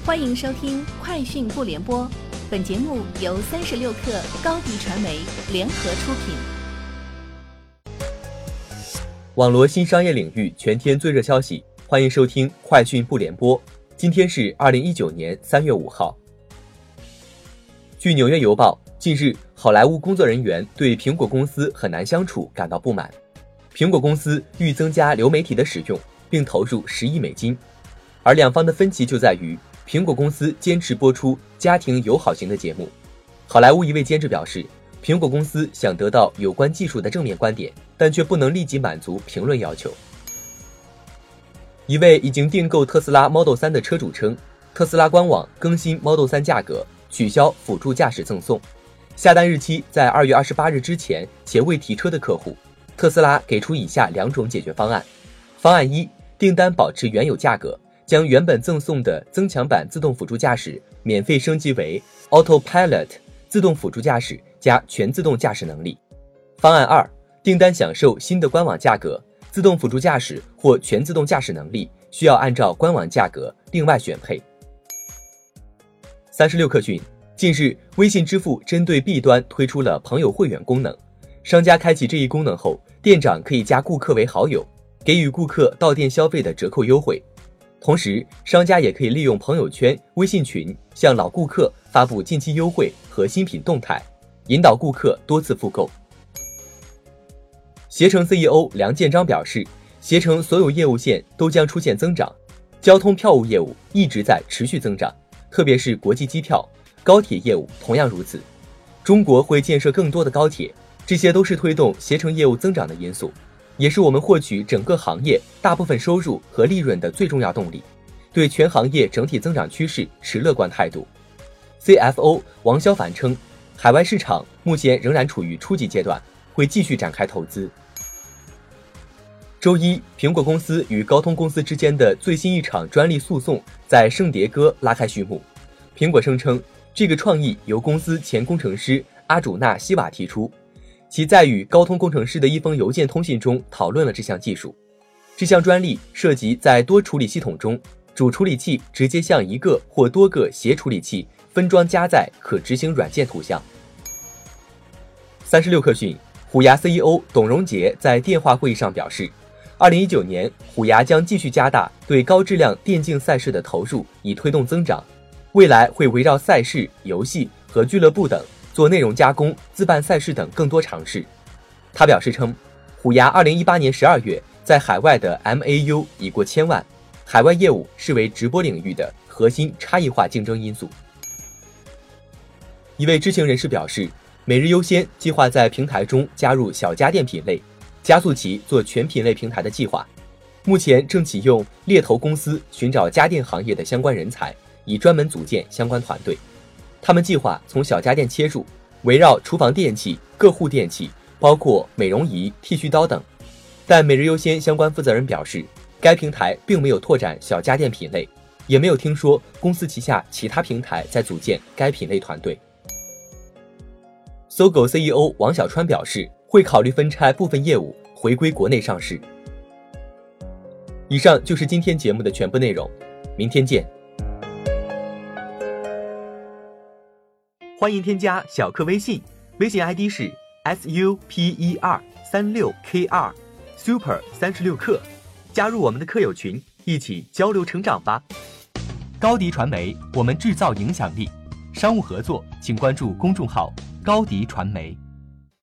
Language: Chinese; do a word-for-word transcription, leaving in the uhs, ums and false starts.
欢迎收听快讯不联播，本节目由三十六克高迪传媒联合出品。 网罗新商业领域全天最热消息，欢迎收听快讯不联播。今天是二零一九年三月五号。据纽约邮报，近日好莱坞工作人员对苹果公司很难相处感到不满，苹果公司欲增加流媒体的使用，并投入十亿美金，而两方的分歧就在于苹果公司坚持播出家庭友好型的节目。好莱坞一位监制表示，苹果公司想得到有关技术的正面观点，但却不能立即满足评论要求。一位已经订购特斯拉 Model 三的车主称，特斯拉官网更新 Model 三价格，取消辅助驾驶赠送，下单日期在二月二十八日之前且未提车的客户，特斯拉给出以下两种解决方案。方案一，订单保持原有价格，将原本赠送的增强版自动辅助驾驶免费升级为 Autopilot 自动辅助驾驶加全自动驾驶能力。方案二，订单享受新的官网价格，自动辅助驾驶或全自动驾驶能力需要按照官网价格另外选配。三十六氪讯，近日微信支付针对 B 端推出了朋友会员功能，商家开启这一功能后，店长可以加顾客为好友，给予顾客到店消费的折扣优惠。同时，商家也可以利用朋友圈、微信群向老顾客发布近期优惠和新品动态，引导顾客多次复购。携程 C E O 梁建章表示，携程所有业务线都将出现增长，交通票务业务一直在持续增长，特别是国际机票，高铁业务同样如此。中国会建设更多的高铁，这些都是推动携程业务增长的因素，也是我们获取整个行业大部分收入和利润的最重要动力，对全行业整体增长趋势持乐观态度。C F O 王肖凡称，海外市场目前仍然处于初级阶段，会继续展开投资。周一，苹果公司与高通公司之间的最新一场专利诉讼在圣迭戈拉开序幕。苹果声称，这个创意由公司前工程师阿主纳希瓦提出，其在与高通工程师的一封邮件通信中讨论了这项技术。这项专利涉及在多处理系统中，主处理器直接向一个或多个协处理器分装加载可执行软件图像。三十六氪讯，虎牙 C E O 董荣杰在电话会议上表示，二零一九年虎牙将继续加大对高质量电竞赛事的投入，以推动增长。未来会围绕赛事、游戏和俱乐部等做内容加工、自办赛事等更多尝试。他表示称，虎牙二零一八年十二月在海外的 M A U 已过千万，海外业务视为直播领域的核心差异化竞争因素。一位知情人士表示，每日优先计划在平台中加入小家电品类，加速其做全品类平台的计划。目前正启用猎头公司寻找家电行业的相关人才，以专门组建相关团队。他们计划从小家电切入，围绕厨房电器、各户电器，包括美容仪、剃须刀等。但每日优先相关负责人表示，该平台并没有拓展小家电品类，也没有听说公司旗下其他平台在组建该品类团队。搜狗 C E O 王小川表示，会考虑分拆部分业务回归国内上市。以上就是今天节目的全部内容，明天见。欢迎添加小客微信，微信 I D 是 S U P E R 三六 K 二 Super 三十六课，加入我们的课友群，一起交流成长吧。高迪传媒，我们制造影响力。商务合作请关注公众号高迪传媒。